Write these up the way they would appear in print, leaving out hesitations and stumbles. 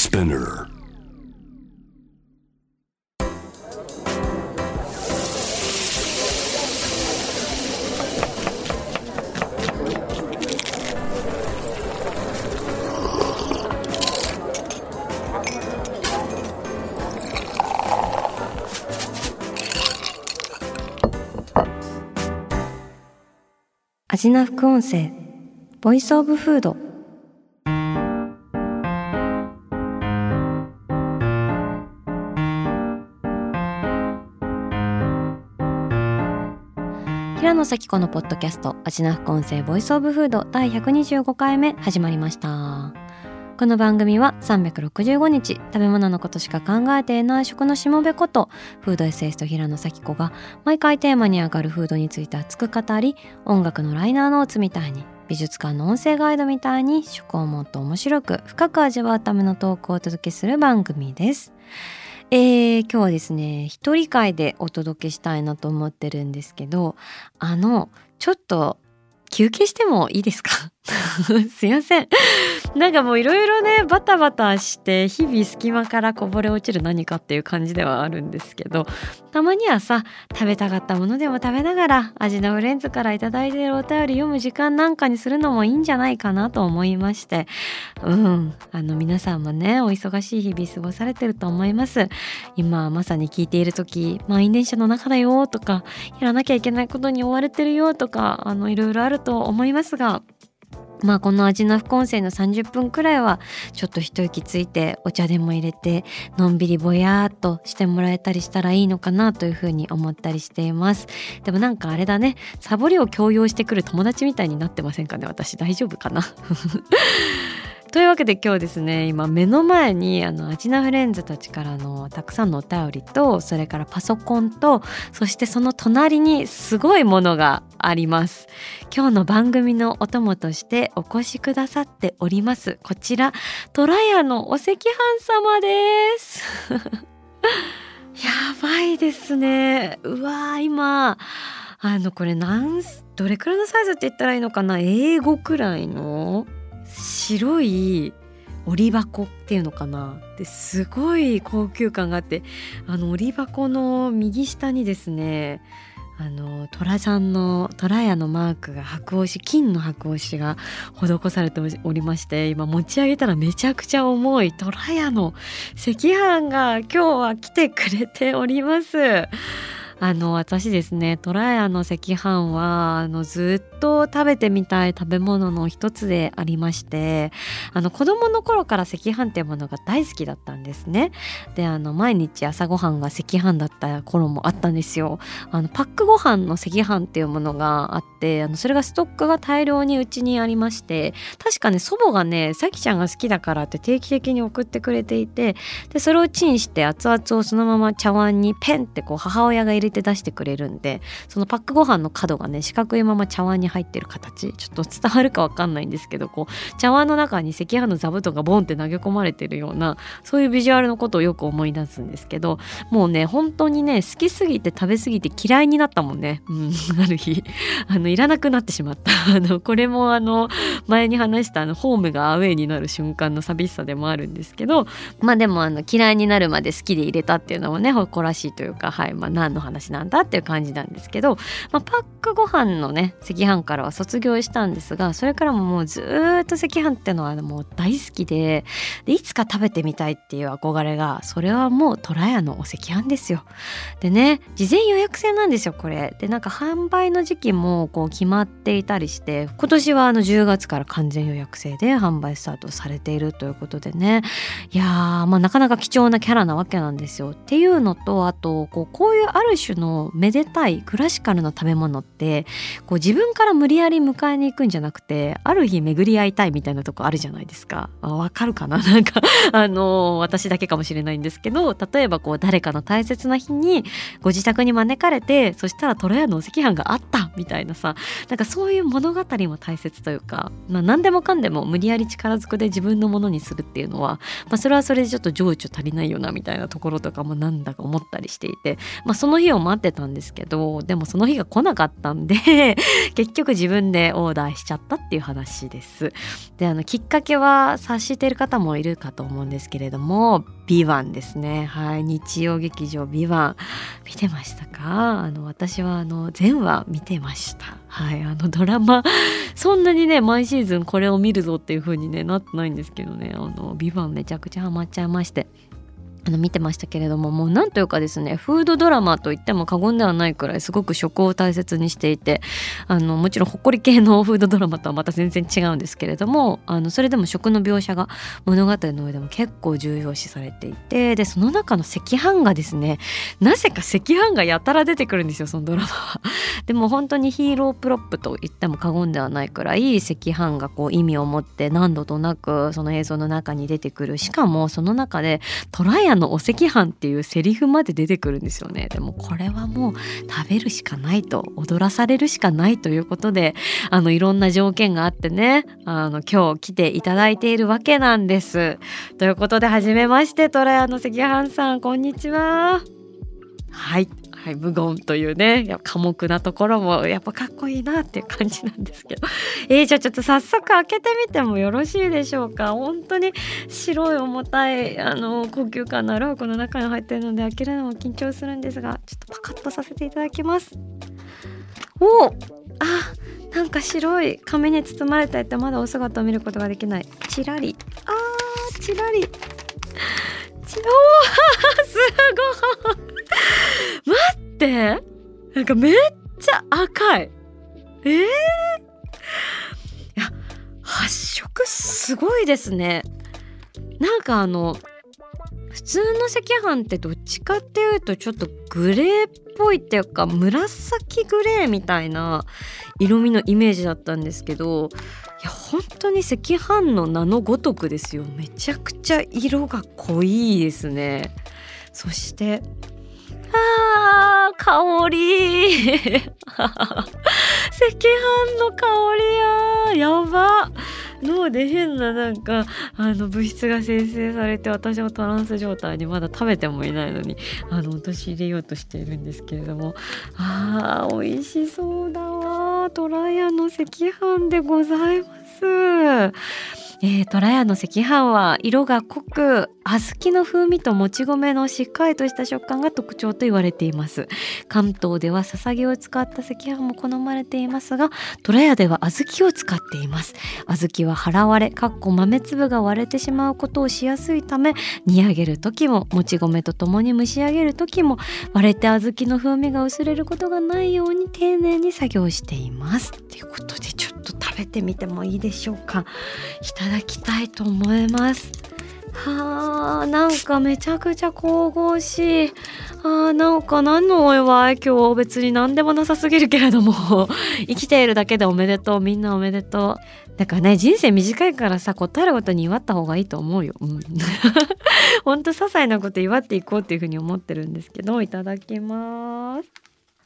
Spinner. アジナ副音声ボイスオブフード。平野咲子のポッドキャストアジナ副音声ボイスオブフード第125回目始まりました。この番組は365日食べ物のことしか考えていない食のしもべことフードエッセイスト平野咲子が毎回テーマに上がるフードについて熱く語り、音楽のライナーノーツみたいに美術館の音声ガイドみたいに食をもっと面白く深く味わうためのトークをお届けする番組です。今日はですね一人会でお届けしたいなと思ってるんですけど、ちょっと休憩してもいいですかすいません、なんかもういろいろねバタバタして日々隙間からこぼれ落ちる何かっていう感じではあるんですけど、たまにはさ食べたかったものでも食べながら味のフレンズからいただいているお便り読む時間なんかにするのもいいんじゃないかなと思いまして、皆さんもねお忙しい日々過ごされてると思います。今まさに聞いている時満員電車の中だよとかやらなきゃいけないことに追われてるよとかいろいろあると思いますが、この味の副音声の30分くらいはちょっと一息ついてお茶でも入れてのんびりぼやーっとしてもらえたりしたらいいのかなというふうに思ったりしています。でもなんかあれだね、サボりを強要してくる友達みたいになってませんかね。私大丈夫かなというわけで今日ですね、今目の前にアジナフレンズたちからのたくさんのお便りと、それからパソコンと、そしてその隣にすごいものがあります。今日の番組のお供としてお越しくださっております、こちらトラヤのお赤飯様ですやばいですね。うわー、今これどれくらいのサイズって言ったらいいのかな、英語くらいの白い折り箱っていうのかな、ですごい高級感があって、折り箱の右下にですねトラヤのマークが金の箔押しが施されておりまして、今持ち上げたらめちゃくちゃ重いトラヤの赤飯が今日は来てくれております。私ですねトラヤの赤飯はずっと食べてみたい食べ物の一つでありまして、子供の頃から赤飯っていうものが大好きだったんですね。で毎日朝ごはんが赤飯だった頃もあったんですよ。パックご飯の赤飯っていうものがあって、それがストックが大量にうちにありまして、確かね祖母がねさきちゃんが好きだからって定期的に送ってくれていて、でそれをチンして熱々をそのまま茶碗にペンってこう母親が入れて出してくれるんで、そのパックご飯の角がね四角いまま茶碗に入ってる形、ちょっと伝わるかわかんないんですけど、こう茶碗の中に赤飯の座布団がボンって投げ込まれてるような、そういうビジュアルのことをよく思い出すんですけど、もうね本当にね好きすぎて食べすぎて嫌いになったもんね、ある日いらなくなってしまったこれも前に話したホームがアウェイになる瞬間の寂しさでもあるんですけど、でも嫌いになるまで好きで入れたっていうのもね誇らしいというか、何の話なんだっていう感じなんですけど、パックご飯のね赤飯からは卒業したんですが、それからももうずっと赤飯っていうのはもう大好きで、いつか食べてみたいっていう憧れが、それはもうトラヤのお赤飯ですよ。でね事前予約制なんですよこれで。なんか販売の時期もこう決まっていたりして、今年は10月から完全予約制で販売スタートされているということでね、いやーなかなか貴重なキャラなわけなんですよ。っていうのと、あとこういうある種のめでたいクラシカルな食べ物ってこう自分から無理やり迎えに行くんじゃなくて、ある日巡り合いたいみたいなとこあるじゃないですか。わかるかな、なんか私だけかもしれないんですけど、例えばこう誰かの大切な日にご自宅に招かれて、そしたらトラヤのお赤飯があったみたいなさ、なんかそういう物語も大切というか、何でもかんでも無理やり力ずくで自分のものにするっていうのは、それはそれでちょっと情緒足りないよなみたいなところとかもなんだか思ったりしていて、その日を待ってたんですけど、でもその日が来なかったんで結局自分でオーダーしちゃったっていう話です。できっかけは察している方もいるかと思うんですけれども、ビバンですね。はい、日曜劇場ビバン見てましたか？私は全話見てました。はい、ドラマそんなにね毎シーズンこれを見るぞっていう風にねなってないんですけどね、ビバンめちゃくちゃハマっちゃいまして、見てましたけれども、もうなんというかですね、フードドラマと言っても過言ではないくらいすごく食を大切にしていて、もちろんほっこり系のフードドラマとはまた全然違うんですけれども、それでも食の描写が物語の上でも結構重要視されていて、でその中の赤飯がですね、なぜか赤飯がやたら出てくるんですよ、そのドラマは。でも本当にヒーロープロップと言っても過言ではないくらい赤飯がこう意味を持って何度となくその映像の中に出てくる。しかもその中でトラヤのお赤飯っていうセリフまで出てくるんですよね。でもこれはもう食べるしかないと、踊らされるしかないということで、いろんな条件があってね、今日来ていただいているわけなんです。ということで、はじめまして、トラヤの赤飯さん、こんにちは。はい、無言というね、寡黙なところもやっぱかっこいいなっていう感じなんですけど、じゃあちょっと早速開けてみてもよろしいでしょうか？本当に白い重たい高級感のある箱の中に入っているので開けるのも緊張するんですが、ちょっとパカッとさせていただきます。なんか白い紙に包まれていて、まだお姿を見ることができない。チラリチラリすごい待って、なんかめっちゃ赤い。いや、発色すごいですね。なんか普通の赤飯ってどっちかっていうとちょっとグレーっぽいっていうか紫グレーみたいな色味のイメージだったんですけど、いや本当に赤飯の名のごとくですよ。めちゃくちゃ色が濃いですね。そして香り赤飯の香りやば。脳で変ななんか物質が生成されて、私はトランス状態にまだ食べてもいないのに陥れようとしているんですけれども、美味しそうだわ。トラヤの赤飯でございます。トラヤの赤飯は色が濃く、小豆の風味ともち米のしっかりとした食感が特徴と言われています。関東ではささげを使った赤飯も好まれていますが、トラヤでは小豆を使っています。小豆は腹割れ豆粒が割れてしまうことをしやすいため、煮上げる時ももち米とともに蒸し上げる時も割れて小豆の風味が薄れることがないように丁寧に作業していますということで、ちょっと食べてみてもいいでしょうか？いただきたいと思います。なんかめちゃくちゃ神々しい。なんか何のお祝い？今日別に何でもなさすぎるけれども生きているだけでおめでとう。みんなおめでとう。だからね、人生短いからさ、答えるごとに祝った方がいいと思うよ。ほんと些細なこと祝っていこうっていうふうに思ってるんですけど、いただきます。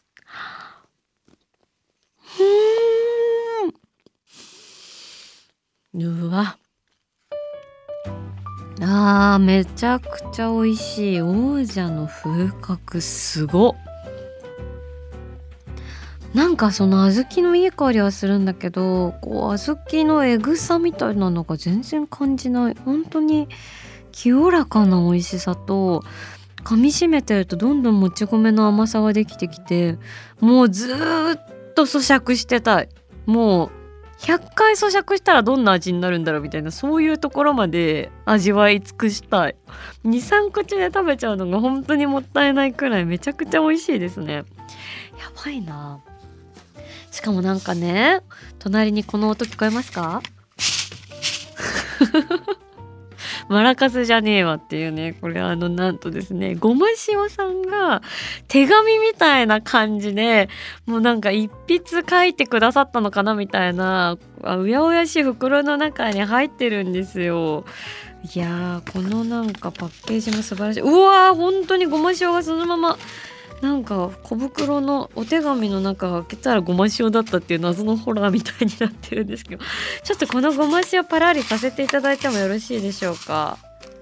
うわ、めちゃくちゃ美味しい。王者の風格すご。なんかその小豆のいい香りはするんだけど、こう小豆のエグさみたいなのが全然感じない。本当に清らかな美味しさと、噛み締めてるとどんどんもち米の甘さができてきて、もうずーっと咀嚼してたい。もう100回咀嚼したらどんな味になるんだろうみたいな、そういうところまで味わい尽くしたい。 2,3 口で食べちゃうのが本当にもったいないくらいめちゃくちゃ美味しいですね。やばいな。しかもなんかね、隣にこの音聞こえますか？マラカスじゃねえわっていうね、これなんとですね、ごま塩さんが手紙みたいな感じで、もうなんか一筆書いてくださったのかなみたいな、うやうやしい袋の中に入ってるんですよ。いやー、このなんかパッケージも素晴らしい。うわー、本当にごま塩がそのまま、なんか小袋のお手紙の中が開けたらごま塩だったっていう謎のホラーみたいになってるんですけど、ちょっとこのごま塩パラリさせていただいてもよろしいでしょうか？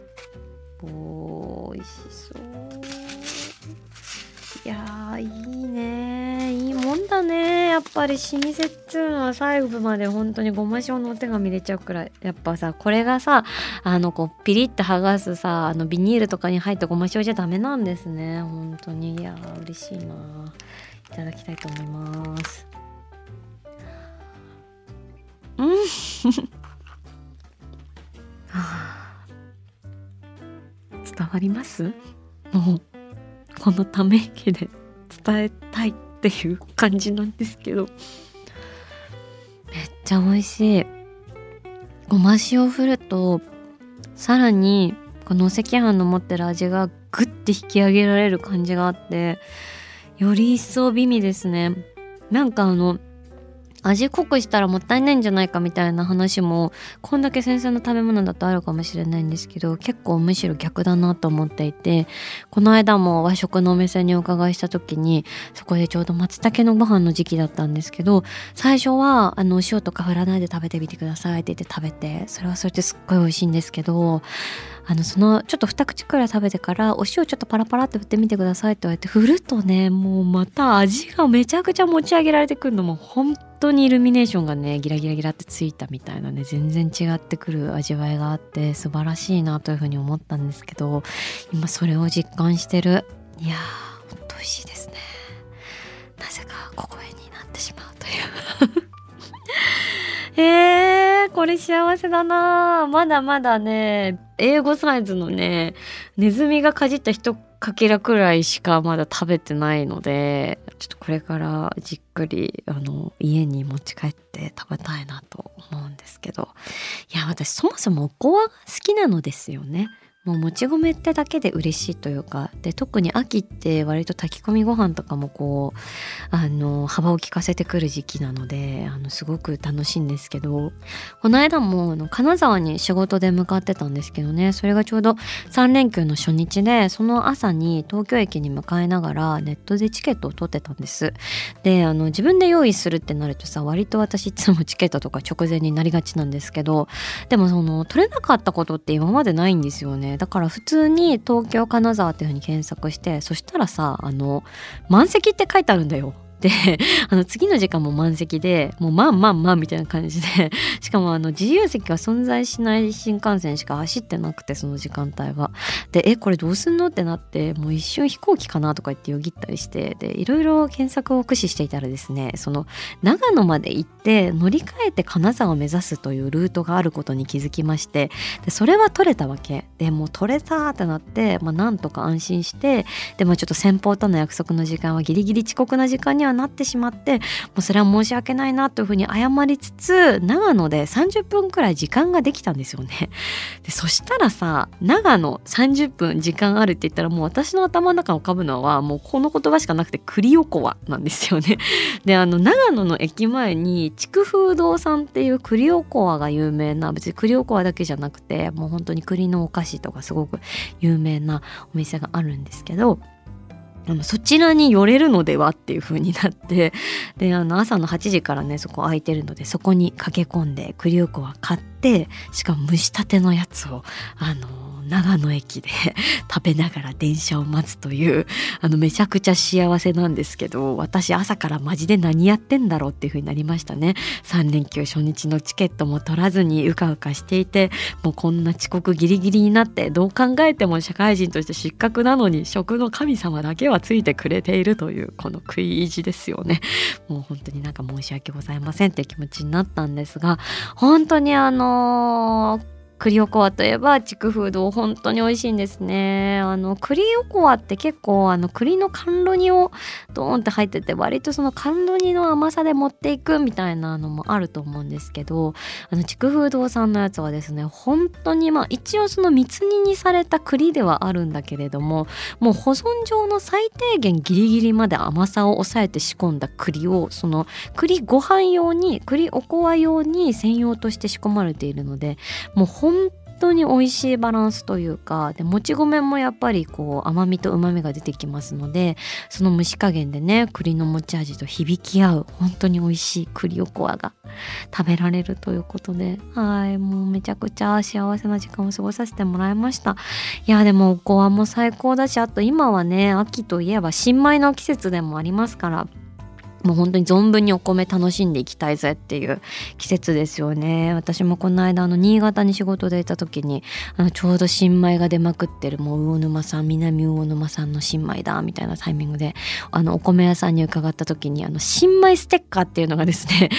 美味しそう。いやー、いいね、いいもんだだね。やっぱり老舗っつうのは最後まで本当にごま塩のお手紙入れちゃうくらい、やっぱさ、これがさこうピリッと剥がすさビニールとかに入ったごま塩じゃダメなんですね。本当にいや嬉しいな。いただきたいと思います。伝わります？もうこのため息で伝えたいっていう感じなんですけど、めっちゃ美味しい。ごま塩振るとさらにこのお赤飯の持ってる味がグッて引き上げられる感じがあって、より一層美味ですね。なんか味濃くしたらもったいないんじゃないかみたいな話もこんだけ新鮮な食べ物だとあるかもしれないんですけど、結構むしろ逆だなと思っていて、この間も和食のお店にお伺いした時に、そこでちょうど松茸のご飯の時期だったんですけど、最初はお塩とか振らないで食べてみてくださいって言って食べて、それはそれですっごい美味しいんですけど、そのちょっと二口くらい食べてからお塩ちょっとパラパラって振ってみてくださいって言われて振るとね、もうまた味がめちゃくちゃ持ち上げられてくるのも本当にイルミネーションがねギラギラギラってついたみたいなね、全然違ってくる味わいがあって素晴らしいなというふうに思ったんですけど、今それを実感してる。いやー本当美味しいですね。なぜか小声になってしまうというこれ幸せだな。まだまだね英語サイズのねネズミがかじった一かけらくらいしかまだ食べてないので、ちょっとこれからじっくり家に持ち帰って食べたいなと思うんですけど、いや私そもそもおこわが好きなのですよね。もうもち米ってだけで嬉しいというかで、特に秋って割と炊き込みご飯とかもこう幅を利かせてくる時期なのですごく楽しいんですけど、この間も金沢に仕事で向かってたんですけどね、それがちょうど3連休の初日で、その朝に東京駅に向かいながらネットでチケットを取ってたんです。で自分で用意するってなるとさ、割と私いつもチケットとか直前になりがちなんですけど、でも取れなかったことって今までないんですよね。だから普通に東京金沢っていう風に検索して、そしたらさ満席って書いてあるんだよ。で次の時間も満席で、もうまあみたいな感じで、しかも自由席が存在しない新幹線しか走ってなくて、その時間帯がでこれどうすんのってなって、もう一瞬飛行機かなとか言ってよぎったりして、でいろいろ検索を駆使していたらですね、その長野まで行って乗り換えて金沢を目指すというルートがあることに気づきまして、でそれは取れたわけで、もう取れたってなって、なんとか安心して、でちょっと先方との約束の時間はギリギリ遅刻な時間にはなってしまって、もうそれは申し訳ないなというふうに謝りつつ、長野で30分くらい時間ができたんですよね。でそしたらさ、長野30分時間あるって言ったら、もう私の頭の中に浮かぶのはもうこの言葉しかなくて、栗おこわなんですよね。で長野の駅前に筑風堂さんっていう栗おこわが有名な、別に栗おこわだけじゃなくてもう本当に栗のお菓子とかすごく有名なお店があるんですけど、そちらに寄れるのではっていう風になって、で朝の8時からねそこ空いてるので、そこに駆け込んで栗おこわ買って、しかも蒸したてのやつを長野駅で食べながら電車を待つというめちゃくちゃ幸せなんですけど、私朝からマジで何やってんだろうっていう風になりましたね。3連休初日のチケットも取らずにうかうかしていて、もうこんな遅刻ギリギリになって、どう考えても社会人として失格なのに食の神様だけはついてくれているという、この食い意地ですよね。もう本当に申し訳ございませんって気持ちになったんですが、本当に栗おこわといえば筑風堂本当に美味しいんですね。栗おこわって結構栗の甘露煮をドーンって入ってて、割とその甘露煮の甘さで持っていくみたいなのもあると思うんですけど、筑風堂さんのやつはですね、本当に一応その蜜煮にされた栗ではあるんだけれども、もう保存上の最低限ギリギリまで甘さを抑えて仕込んだ栗を、その栗ご飯用に栗おこわ用に専用として仕込まれているので、もう本当に美味しいバランスというか、でもち米もやっぱりこう甘みと旨みが出てきますので、その蒸し加減でね栗の持ち味と響き合う本当に美味しい栗おこわが食べられるということで、もうめちゃくちゃ幸せな時間を過ごさせてもらいました。いやでもおこわも最高だし、あと今はね秋といえば新米の季節でもありますから、 もう本当に存分にお米楽しんでいきたいぜっていう季節ですよね。私もこの間新潟に仕事でいた時にちょうど新米が出まくってる、もう魚沼産、南魚沼産の新米だみたいなタイミングでお米屋さんに伺った時に新米ステッカーっていうのがですね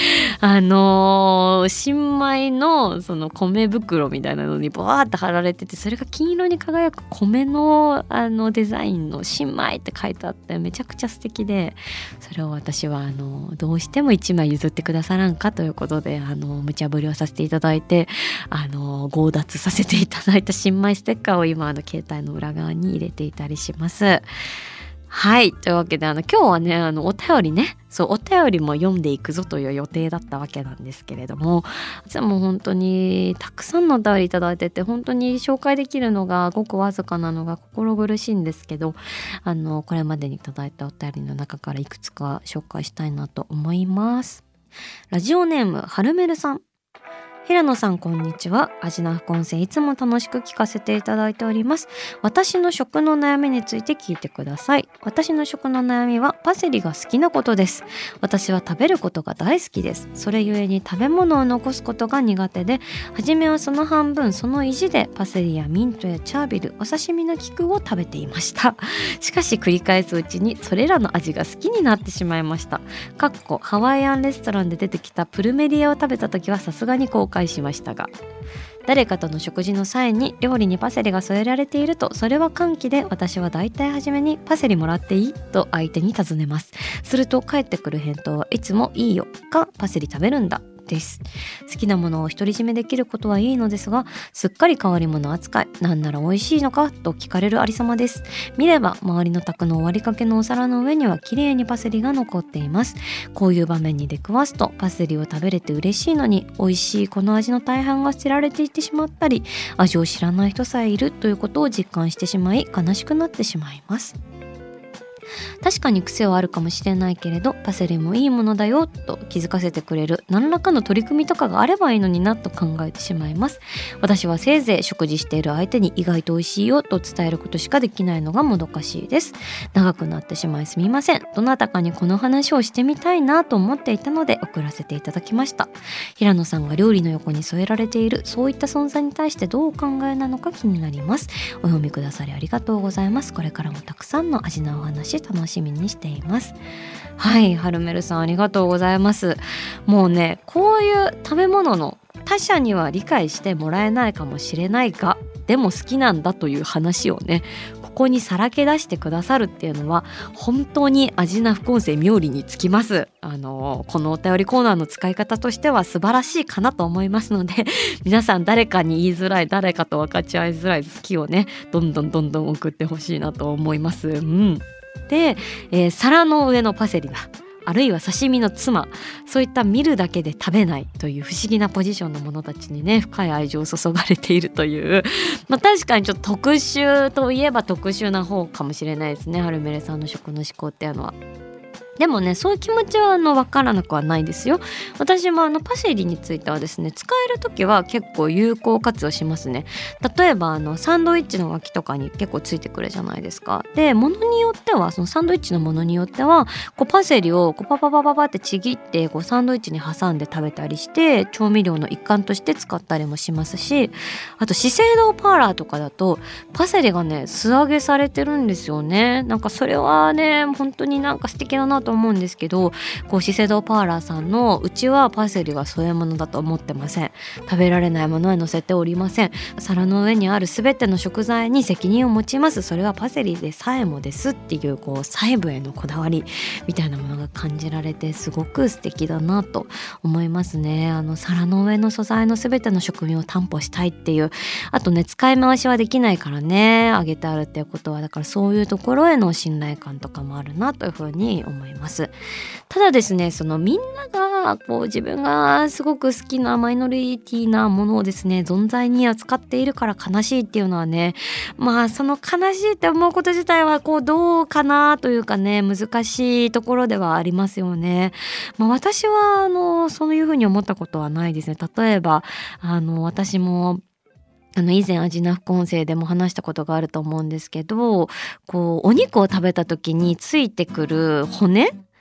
新米のその米袋みたいなのにバーって貼られてて、それが金色に輝く米のデザインの新米って書いてあって、めちゃくちゃ素敵で、それを私はどうしても1枚譲ってくださらんかということで無茶ぶりをさせていただいて強奪させていただいた新米ステッカーを今携帯の裏側に入れていたりします。はい、というわけで今日はねお便りね、お便りも読んでいくぞという予定だったわけなんですけれども、じゃあもう本当にたくさんのお便りいただいてて、本当に紹介できるのがごくわずかなのが心苦しいんですけど、これまでにいただいたお便りの中からいくつか紹介したいなと思います。ラジオネームはるめるさん。平野さん、こんにちは。アジナ副音声いつも楽しく聞かせていただいております。私の食の悩みについて聞いてください。私の食の悩みはパセリが好きなことです。私は食べることが大好きです。それゆえに食べ物を残すことが苦手で、初めはその半分その意地でパセリやミントやチャービル、お刺身の菊を食べていました。しかし繰り返すうちにそれらの味が好きになってしまいました。ハワイアンレストランで出てきたプルメリアを食べた時はさすがに後悔しましたが、誰かとの食事の際に料理にパセリが添えられていると、それは歓喜で、私はだいたい初めにパセリもらっていいと相手に尋ねます。すると返ってくる返答はいつもいいよかパセリ食べるんだです。好きなものを独り占めできることはいいのですが、すっかり変わり者扱い、なんなら美味しいのかと聞かれるありさまです。見れば周りの卓の終わりかけのお皿の上には綺麗にパセリが残っています。こういう場面に出くわすと、パセリを食べれて嬉しいのに、美味しいこの味の大半が捨てられていってしまったり、味を知らない人さえいるということを実感してしまい、悲しくなってしまいます。確かに癖はあるかもしれないけれど、パセリもいいものだよと気づかせてくれる何らかの取り組みとかがあればいいのになと考えてしまいます。私はせいぜい食事している相手に意外と美味しいよと伝えることしかできないのがもどかしいです。長くなってしまいすみません。どなたかにこの話をしてみたいなと思っていたので送らせていただきました。平野さんが料理の横に添えられているそういった存在に対してどうお考えなのか気になります。お読みくださりありがとうございます。これからもたくさんの味のお話楽しみにしています。はい、はるめるさんありがとうございます。もうね、こういう食べ物の他者には理解してもらえないかもしれないが、でも好きなんだという話をね、ここにさらけ出してくださるっていうのは本当にアジナ副音声冥利につきます。このお便りコーナーの使い方としては素晴らしいかなと思いますので、皆さん誰かに言いづらい、誰かと分かち合いづらい好きをね、どんどん送ってほしいなと思います。で、皿の上のパセリだ、あるいは刺身の妻、そういった見るだけで食べないという不思議なポジションの者たちにね、深い愛情を注がれているという、確かにちょっと特殊といえば特殊な方かもしれないですね、はるめれさんの食の思考っていうのは。でもね、そういう気持ちは分からなくはないですよ。私もパセリについてはですね、使えるときは結構有効活用しますね。例えばサンドイッチの脇とかに結構ついてくるじゃないですか。で、ものによっては、そのサンドイッチのものによってはパセリをパパパパパってちぎってサンドイッチに挟んで食べたりして、調味料の一環として使ったりもしますし、あと資生堂パーラーとかだとパセリがね素揚げされてるんですよね。なんかそれはね、本当になんか素敵だなと思うんですけど、資生堂パーラーさんのうちはパセリは添え物だと思ってません。食べられないものは乗せておりません。皿の上にあるすべての食材に責任を持ちます。それはパセリでさえもですっていう細部へのこだわりみたいなものが感じられて、すごく素敵だなと思いますね。皿の上の素材のすべての食味を担保したいっていう、あとね、使い回しはできないからね、あげてあるっていうことは、だからそういうところへの信頼感とかもあるなというふうに思います。ただですね、みんなが自分がすごく好きなマイノリティなものをですね、存在に扱っているから悲しいっていうのはね、その悲しいって思うこと自体はどうかなというかね、難しいところではありますよね。私はそういうふうに思ったことはないですね。例えば私も以前アジナ副音声でも話したことがあると思うんですけど、お肉を食べた時についてくる骨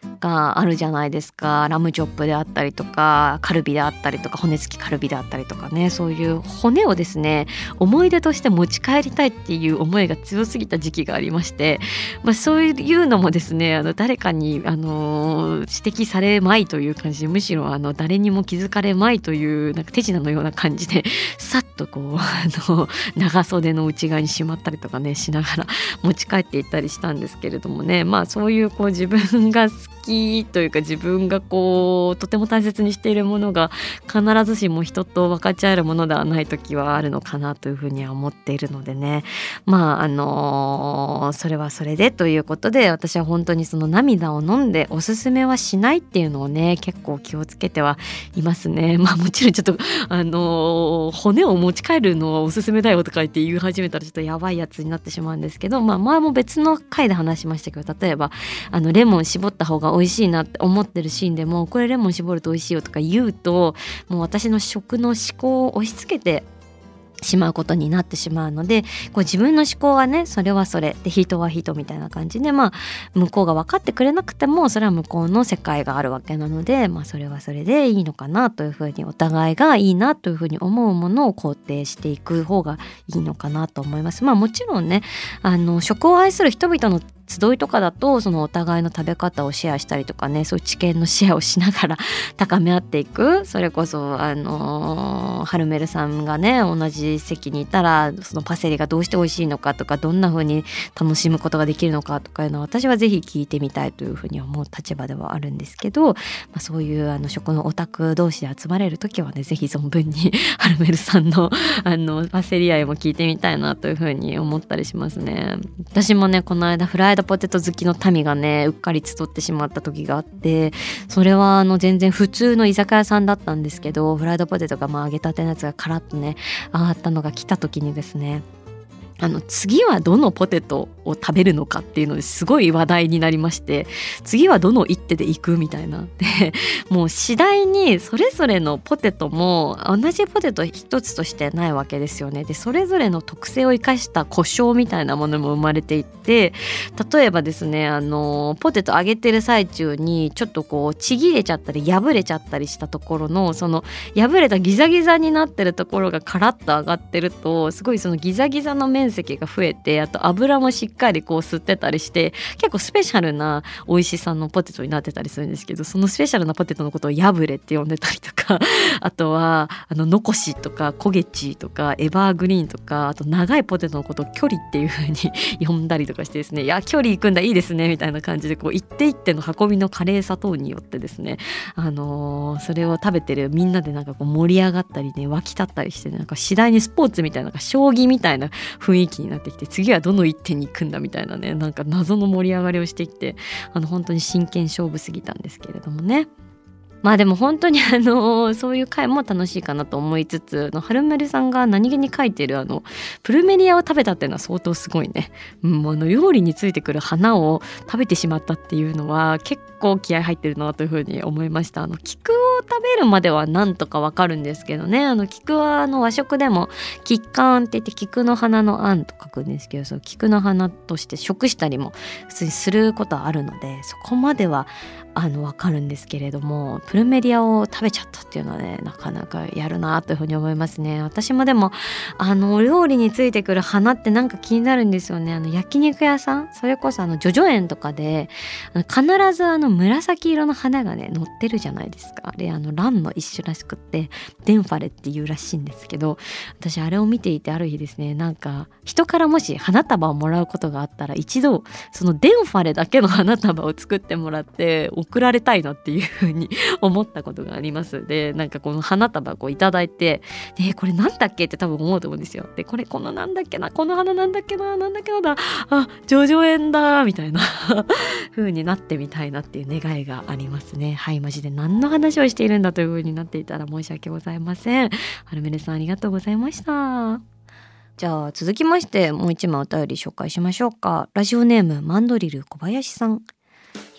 があるじゃないですか。ラムチョップであったりとかカルビであったりとか骨付きカルビであったりとかね、そういう骨をですね思い出として持ち帰りたいっていう思いが強すぎた時期がありまして、そういうのもですね誰かに指摘されまいという感じで、むしろ誰にも気づかれまいというなんか手品のような感じでさっとこう長袖の内側にしまったりとかねしながら持ち帰っていったりしたんですけれどもね、そういうこう自分が好きというか自分がこうとても大切にしているものが必ずしも人と分かち合えるものではない時はあるのかなというふうには思っているのでね、それはそれでということで、私は本当にその涙を飲んでおすすめはしないっていうのをね結構気をつけてはいますね。もちろんちょっと骨を持ち帰るのはおすすめだよとか言って言い始めたらちょっとやばいやつになってしまうんですけど、前も別の回で話しましたけど、例えばレモン絞った方が美味しいなって思ってるシーンでもこれレモン絞ると美味しいよとか言うと、もう私の食の思考を押し付けてしまうことになってしまうので、こう自分の思考はねそれはそれで人は人みたいな感じで、向こうが分かってくれなくてもそれは向こうの世界があるわけなので、それはそれでいいのかなというふうに、お互いがいいなというふうに思うものを肯定していく方がいいのかなと思います。もちろんね食を愛する人々の集いとかだとそのお互いの食べ方をシェアしたりとかね、そういう知見のシェアをしながら高め合っていく。それこそハルメルさんがね同じ席にいたらそのパセリがどうして美味しいのかとか、どんな風に楽しむことができるのかとかいうのは私はぜひ聞いてみたいというふうに思う立場ではあるんですけど、そういう食のオタク同士で集まれる時はねぜひ存分にハルメルさんのパセリ愛も聞いてみたいなというふうに思ったりしますね。私もねこの間フライドポテト好きの民がねうっかり集ってしまった時があって、それは全然普通の居酒屋さんだったんですけど、フライドポテトが揚げたてのやつがカラッとね上がったのが来た時にですね、次はどのポテトを食べるのかっていうのですごい話題になりまして、次はどの一手で行くみたいなで、もう次第にそれぞれのポテトも同じポテト一つとしてないわけですよね。でそれぞれの特性を生かした故障みたいなものも生まれていって、例えばですねポテト揚げてる最中にちょっとこうちぎれちゃったり破れちゃったりしたところのその破れたギザギザになってるところがカラッと上がってると、すごいそのギザギザの面積が増えて、あと油もしっかりこう吸ってたりして、結構スペシャルな美味しさのポテトになってたりするんですけど、そのスペシャルなポテトのことを破れって呼んでたりとかあとはノコシとかコゲチとかエバーグリーンとか、あと長いポテトのことを距離っていう風に呼んだりとかしてですね、いや距離行くんだいいですねみたいな感じで、こう一手一手の運びの華麗さ等によってですねそれを食べてるみんなでなんかこう盛り上がったりね沸き立ったりして、なんか次第にスポーツみたいな、将棋みたいな雰囲気になってきて、次はどの一手に行くんだみたいなね、なんか謎の盛り上がりをしてきて、本当に真剣勝負すぎたんですけれどもね。でも本当にそういう回も楽しいかなと思いつつ、ハルメルさんが何気に書いてるプルメリアを食べたっていうのは相当すごいね、料理についてくる花を食べてしまったっていうのは結構気合入ってるなというふうに思いました。菊を食べるまではなんとかわかるんですけどね、菊は和食でも菊柑って言って菊の花の杏と書くんですけど、その菊の花として食したりも普通にすることはあるので、そこまではわかるんですけれども、プルメリアを食べちゃったっていうのはねなかなかやるなというふうに思いますね。私もでもお料理についてくる花ってなんか気になるんですよね。焼肉屋さん、それこそジョジョ園とかで必ず紫色の花がね乗ってるじゃないですか。あれランの一種らしくってデンファレっていうらしいんですけど、私あれを見ていてある日ですね、なんか人からもし花束をもらうことがあったら一度そのデンファレだけの花束を作ってもらって送られたいなっていう風に思ったことがあります。でなんかこの花束をいただいて、これなんだっけって多分思うと思うんですよ。でこのなんだっけな、この花なんだっけな、なんだっけなだ、ジョジョ園だみたいな風になってみたいなっていう願いがありますね。はい、マジで何の話をしているんだという風になっていたら申し訳ございません。はるめるさんありがとうございました。じゃあ続きましてもう一枚お便り紹介しましょうか。ラジオネームマンドリル小林さん。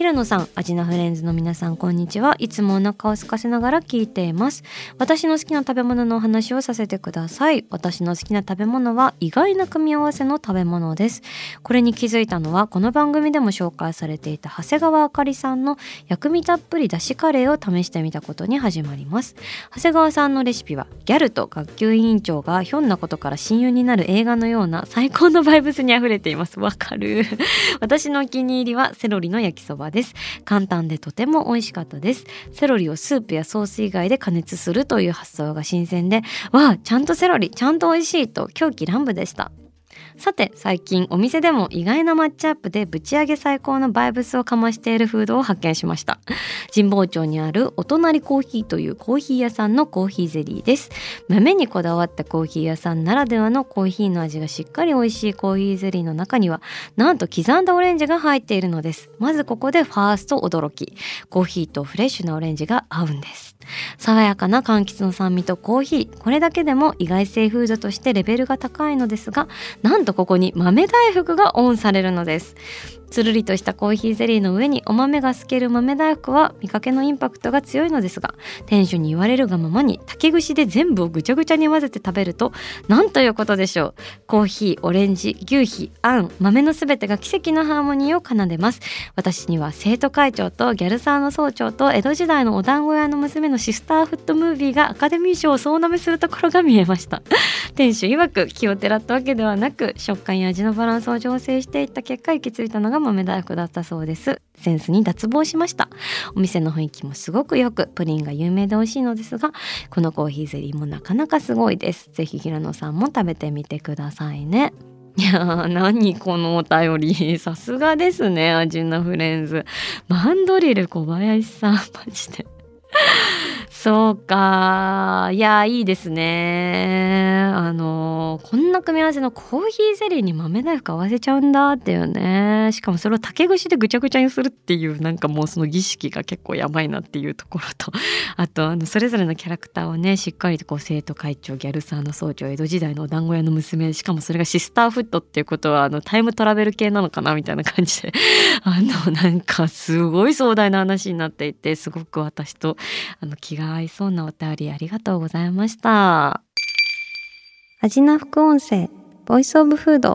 平野さん、アジナフレンズの皆さん、こんにちは。いつもお腹を空かせながら聞いています。私の好きな食べ物のお話をさせてください。私の好きな食べ物は意外な組み合わせの食べ物です。これに気づいたのは、この番組でも紹介されていた長谷川あかりさんの薬味たっぷりだしカレーを試してみたことに始まります。長谷川さんのレシピは、ギャルと学級委員長がひょんなことから親友になる映画のような最高のバイブスにあふれています。わかる。私のお気に入りはセロリの焼きそばです。簡単でとても美味しかったです。セロリをスープやソース以外で加熱するという発想が新鮮で、わあ、ちゃんとセロリちゃんと美味しいと狂気乱舞でした。さて、最近お店でも意外なマッチアップでぶち上げ最高のバイブスをかましているフードを発見しました。神保町にあるお隣コーヒーというコーヒー屋さんのコーヒーゼリーです。豆にこだわったコーヒー屋さんならではのコーヒーの味がしっかり美味しいコーヒーゼリーの中には、なんと刻んだオレンジが入っているのです。まずここでファースト驚き。コーヒーとフレッシュなオレンジが合うんです。爽やかな柑橘の酸味とコーヒー、これだけでも意外性フードとしてレベルが高いのですが、なんとここに豆大福がオンされるのです。つるりとしたコーヒーゼリーの上にお豆が透ける豆大福は見かけのインパクトが強いのですが、店主に言われるがままに竹串で全部をぐちゃぐちゃに混ぜて食べると、なんということでしょう。コーヒー、オレンジ、牛皮、あん、豆のすべてが奇跡のハーモニーを奏でます。私には生徒会長とギャルサーの総長と江戸時代のお団子屋の娘のシスターフットムービーがアカデミー賞を総なめするところが見えました。店主曰く気をてらったわけではなく、食感や味のバランスを調整していった結果行き着いたのが豆大福だったそうです。センスに脱帽しました。お店の雰囲気もすごくよく、プリンが有名で美味しいのですが、このコーヒーゼリーもなかなかすごいです。ぜひ平野さんも食べてみてくださいね。いやー、何このお便り、さすがですね、アジナフレンズ。マンドリル小林さん、マジでそうか。いや、いいですね。こんな組み合わせのコーヒーゼリーに豆大福合わせちゃうんだっていうね。しかもそれを竹串でぐちゃぐちゃにするっていう、なんかもうその儀式が結構やばいなっていうところと、あとそれぞれのキャラクターをね、しっかりとこう生徒会長、ギャルサーの総長、江戸時代のお団子屋の娘、しかもそれがシスターフットっていうことはタイムトラベル系なのかなみたいな感じでなんかすごい壮大な話になっていて、すごく私と気が合いそうなお便りありがとうございました。アジナ副音声ボイスオブフード。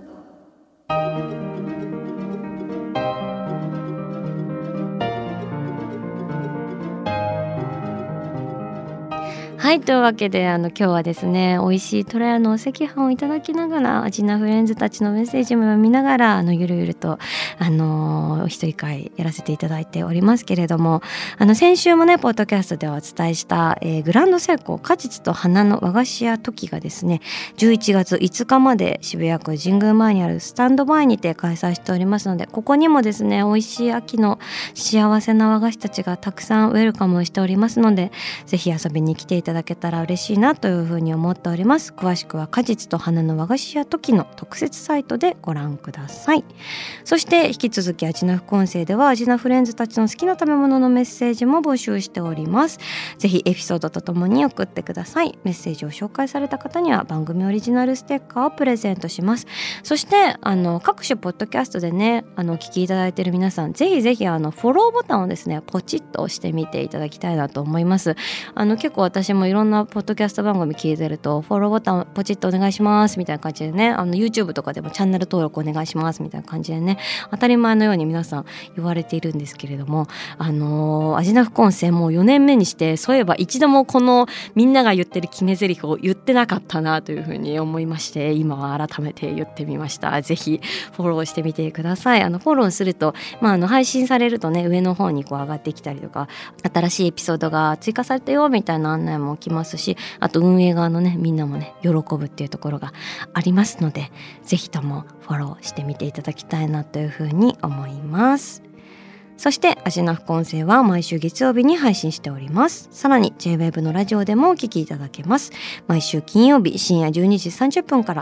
はい、というわけで今日はですね、美味しいトラヤのお赤飯をいただきながら、アジナフレンズたちのメッセージも見ながらゆるゆるとお一人会やらせていただいておりますけれども、先週もねポッドキャストではお伝えした、グランドセイコー果実と花の和菓子屋トキがですね、11月5日まで渋谷区神宮前にあるスタンドバイにて開催しておりますので、ここにもですね、美味しい秋の幸せな和菓子たちがたくさんウェルカムしておりますので、ぜひ遊びに来ていただけたら嬉しいなというふうに思っております。詳しくは果実と花の和菓子屋トキの特設サイトでご覧ください。そして引き続きアジナ副音声ではアジナフレンズたちの好きな食べ物のメッセージも募集しております。ぜひエピソードとともに送ってください。メッセージを紹介された方には番組オリジナルステッカーをプレゼントします。そして各種ポッドキャストでねお聞きいただいている皆さん、ぜひぜひフォローボタンをですねポチッと押してみていただきたいなと思います。結構私もいろんなポッドキャスト番組聞いてると、フォローボタンポチッとお願いしますみたいな感じでね、YouTube とかでもチャンネル登録お願いしますみたいな感じでね、当たり前のように皆さん言われているんですけれども、アジナ副音声もう4年目にして、そういえば一度もこのみんなが言ってる決め台詞を言ってなかったなというふうに思いまして、今は改めて言ってみました。ぜひフォローしてみてください。フォローすると、配信されるとね、上の方にこう上がってきたりとか、新しいエピソードが追加されたよみたいな案内も来ますし、あと運営側のねみんなもね喜ぶっていうところがありますので、ぜひともフォローしてみていただきたいなというふうに思います。そしてアジナ副音声は毎週月曜日に配信しております。さらに J-Wave のラジオでもお聞きいただけます。毎週金曜日深夜12時30分から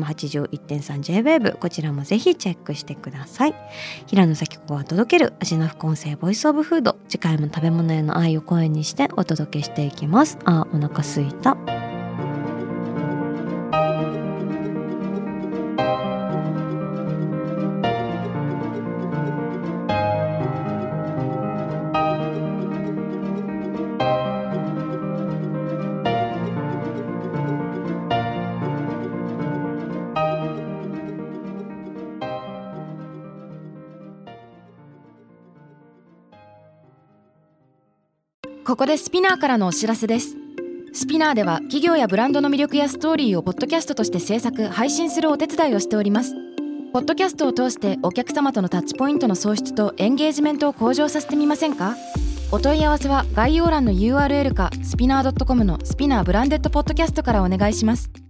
FM81.3 J-Wave、 こちらもぜひチェックしてください。平野咲子が届けるアジナ副音声ボイスオブフード、次回も食べ物への愛を声にしてお届けしていきます。お腹すいた。 ここでスピナーからのお知らせです。スピナーでは企業やブランドの魅力やストーリーをポッドキャストとして制作・配信するお手伝いをしております。ポッドキャストを通してお客様とのタッチポイントの創出とエンゲージメントを向上させてみませんか？お問い合わせは概要欄の URL かスピナー .com のスピナーブランデッドポッドキャストからお願いします。